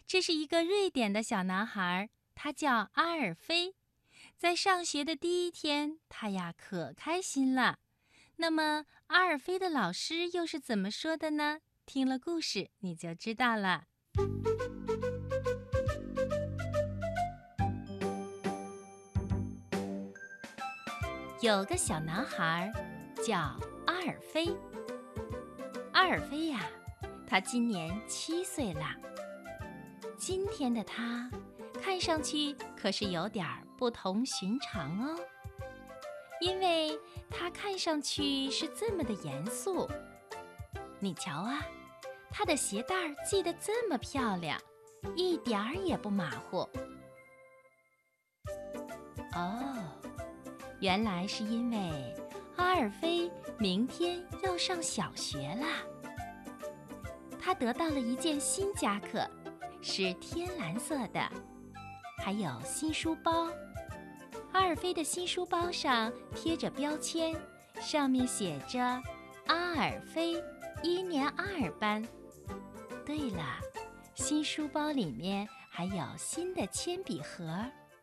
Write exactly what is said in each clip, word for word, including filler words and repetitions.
这是一个瑞典的小男孩，他叫阿尔菲。在上学的第一天，他呀可开心了。那么，阿尔菲的老师又是怎么说的呢？听了故事你就知道了。有个小男孩叫阿尔菲。阿尔菲呀，他今年七岁了。今天的他看上去可是有点不同寻常哦，因为他看上去是这么的严肃。你瞧啊，他的鞋带系得这么漂亮，一点儿也不马虎。哦，原来是因为阿尔菲明天要上小学啦。他得到了一件新夹克，是天蓝色的，还有新书包。阿尔菲的新书包上贴着标签，上面写着阿尔菲一年二班。对了，新书包里面还有新的铅笔盒。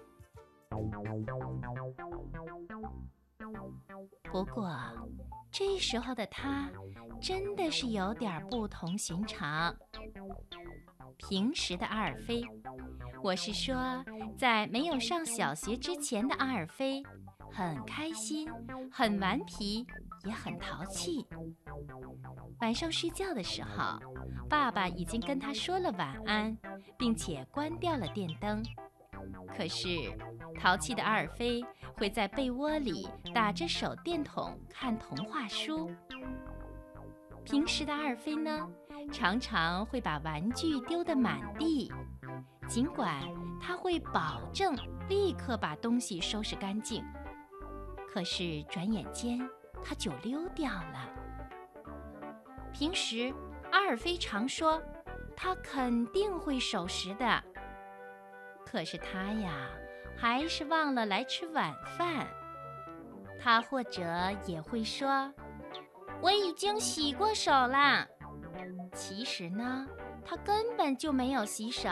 不过这时候的他真的是有点不同寻常。平时的阿尔菲，我是说在没有上小学之前的阿尔菲，很开心，很顽皮，也很淘气。晚上睡觉的时候，爸爸已经跟他说了晚安，并且关掉了电灯。可是淘气的阿尔菲会在被窝里打着手电筒看童话书。平时的阿尔菲呢，常常会把玩具丢得满地，尽管他会保证立刻把东西收拾干净，可是转眼间他就溜掉了。平时阿尔菲常说他肯定会守时的，可是他呀还是忘了来吃晚饭。他或者也会说我已经洗过手啦，其实呢他根本就没有洗手。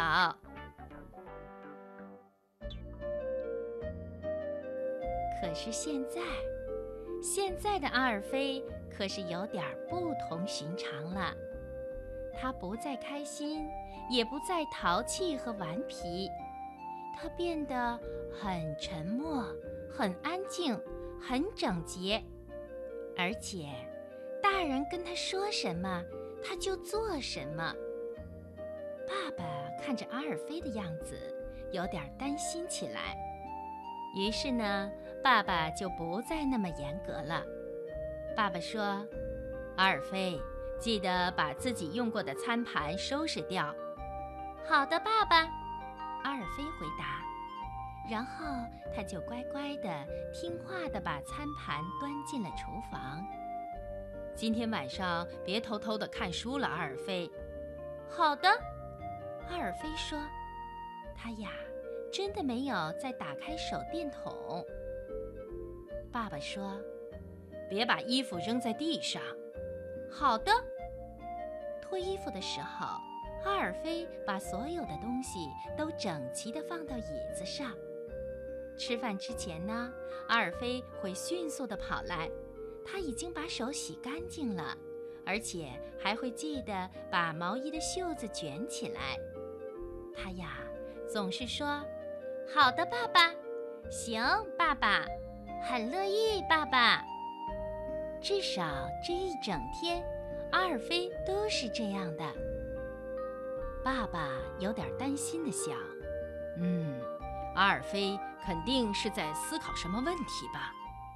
可是现在现在的阿尔菲可是有点不同寻常了。他不再开心，也不再淘气和顽皮，他变得很沉默，很安静，很整洁，而且大人跟他说什么他就做什么。爸爸看着阿尔菲的样子有点担心起来，于是呢爸爸就不再那么严格了。爸爸说，阿尔菲，记得把自己用过的餐盘收拾掉。好的，爸爸，阿尔菲回答。然后他就乖乖的听话的把餐盘端进了厨房。今天晚上别偷偷的看书了，阿尔菲。好的，阿尔菲说。他呀真的没有再打开手电筒。爸爸说，别把衣服扔在地上。好的。脱衣服的时候，阿尔菲把所有的东西都整齐地放到椅子上。吃饭之前呢，阿尔菲会迅速地跑来，他已经把手洗干净了，而且还会记得把毛衣的袖子卷起来。他呀总是说，好的，爸爸。行，爸爸。很乐意，爸爸。至少这一整天阿尔菲都是这样的。爸爸有点担心地想，嗯，阿尔菲肯定是在思考什么问题吧。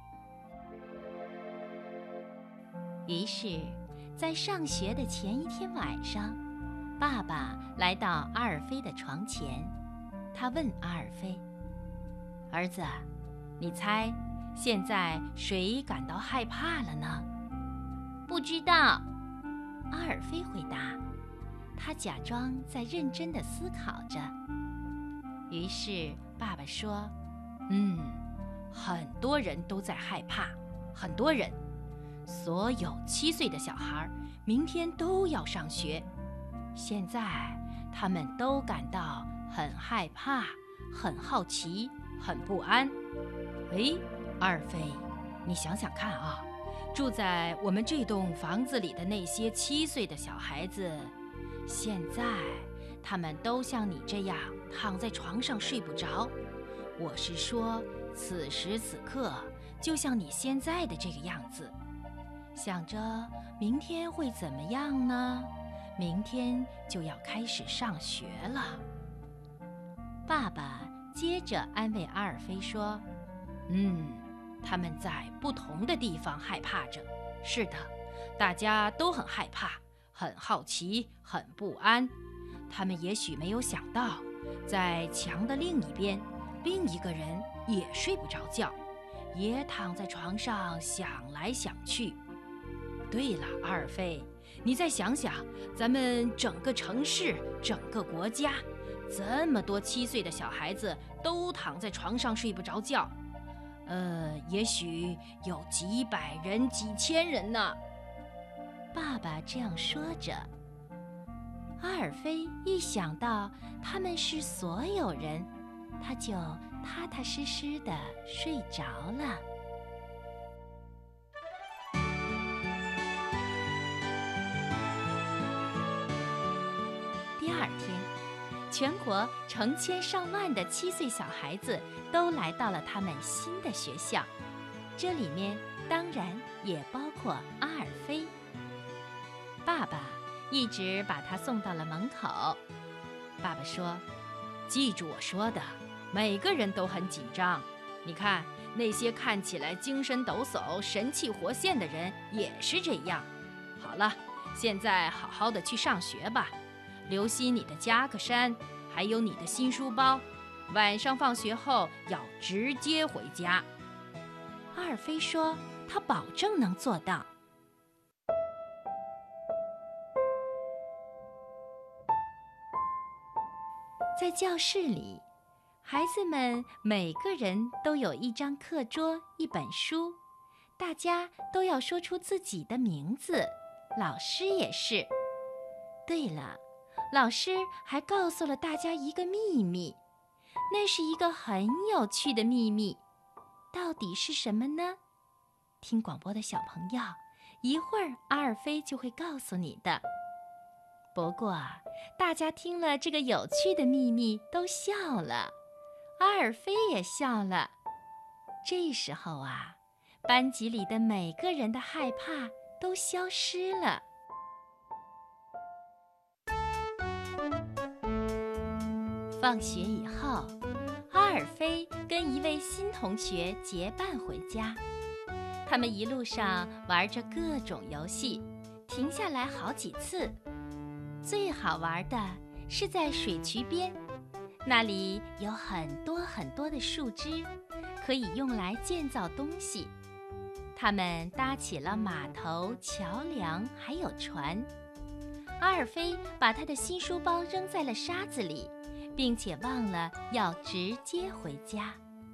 于是在上学的前一天晚上，爸爸来到阿尔菲的床前，他问阿尔菲，儿子，你猜现在谁感到害怕了呢？不知道，阿尔菲回答。他假装在认真地思考着。于是爸爸说，嗯，很多人都在害怕，很多人。所有七岁的小孩明天都要上学。现在他们都感到很害怕、很好奇、很不安。哎，阿尔菲，你想想看啊，住在我们这栋房子里的那些七岁的小孩子，现在他们都像你这样躺在床上睡不着。我是说，此时此刻，就像你现在的这个样子，想着明天会怎么样呢？明天就要开始上学了。爸爸接着安慰阿尔菲说：“嗯，他们在不同的地方害怕着。是的，大家都很害怕，很好奇，很不安。他们也许没有想到，在墙的另一边，另一个人也睡不着觉，也躺在床上想来想去。对了，阿尔菲，你再想想，咱们整个城市、整个国家，这么多七岁的小孩子都躺在床上睡不着觉，呃，也许有几百人、几千人呢。”爸爸这样说着，阿尔菲一想到他们是所有人，他就踏踏实实地睡着了。第二天，全国成千上万的七岁小孩子都来到了他们新的学校，这里面当然也包括阿尔菲。爸爸一直把他送到了门口。爸爸说：“记住我说的，每个人都很紧张。你看，那些看起来精神抖擞、神气活现的人也是这样。好了，现在好好的去上学吧，留心你的夹克衫，还有你的新书包。晚上放学后要直接回家。”阿尔菲说：“他保证能做到。”在教室里，孩子们每个人都有一张课桌、一本书，大家都要说出自己的名字，老师也是。对了，老师还告诉了大家一个秘密，那是一个很有趣的秘密，到底是什么呢？听广播的小朋友，一会儿阿尔菲就会告诉你的。不过，大家听了这个有趣的秘密都笑了，阿尔菲也笑了。这时候啊，班级里的每个人的害怕都消失了。放学以后，阿尔菲跟一位新同学结伴回家，他们一路上玩着各种游戏，停下来好几次。最好玩的是在水渠边，那里有很多很多的树枝，可以用来建造东西。他们搭起了码头、桥梁，还有船。阿尔菲把他的新书包扔在了沙子里，并且忘了要直接回家。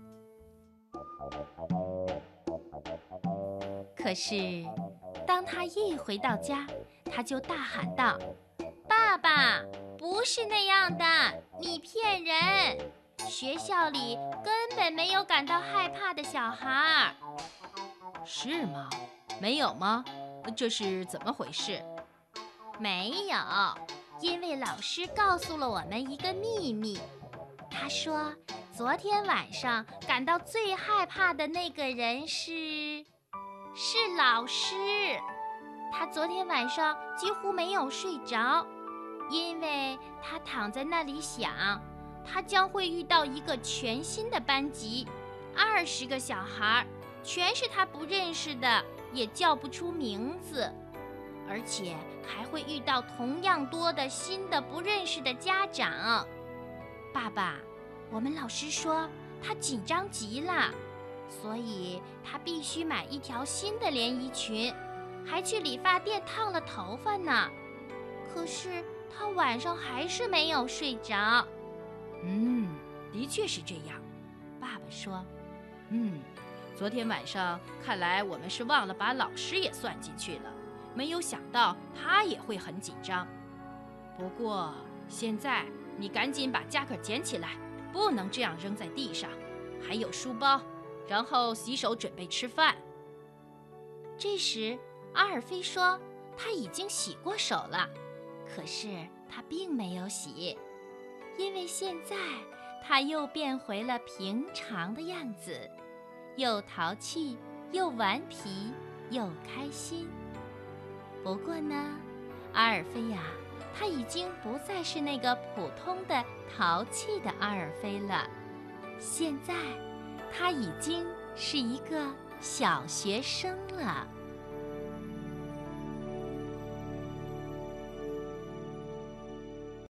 可是，当他一回到家，他就大喊道：“爸爸，不是那样的，你骗人！学校里根本没有感到害怕的小孩。”是吗？没有吗？这是怎么回事？没有，因为老师告诉了我们一个秘密。他说，昨天晚上感到最害怕的那个人是……是老师。他昨天晚上几乎没有睡着，因为他躺在那里想，他将会遇到一个全新的班级，二十个小孩，全是他不认识的，也叫不出名字，而且还会遇到同样多的新的不认识的家长。爸爸，我们老师说他紧张极了，所以他必须买一条新的连衣裙，还去理发店烫了头发呢。可是他晚上还是没有睡着。嗯，的确是这样。爸爸说，嗯，昨天晚上看来我们是忘了把老师也算进去了，没有想到他也会很紧张。不过现在你赶紧把夹克捡起来，不能这样扔在地上。还有书包，然后洗手准备吃饭。这时，阿尔菲说他已经洗过手了，可是他并没有洗，因为现在他又变回了平常的样子，又淘气，又顽皮，又开心。不过呢，阿尔菲呀，他已经不再是那个普通的淘气的阿尔菲了，现在他已经是一个小学生了。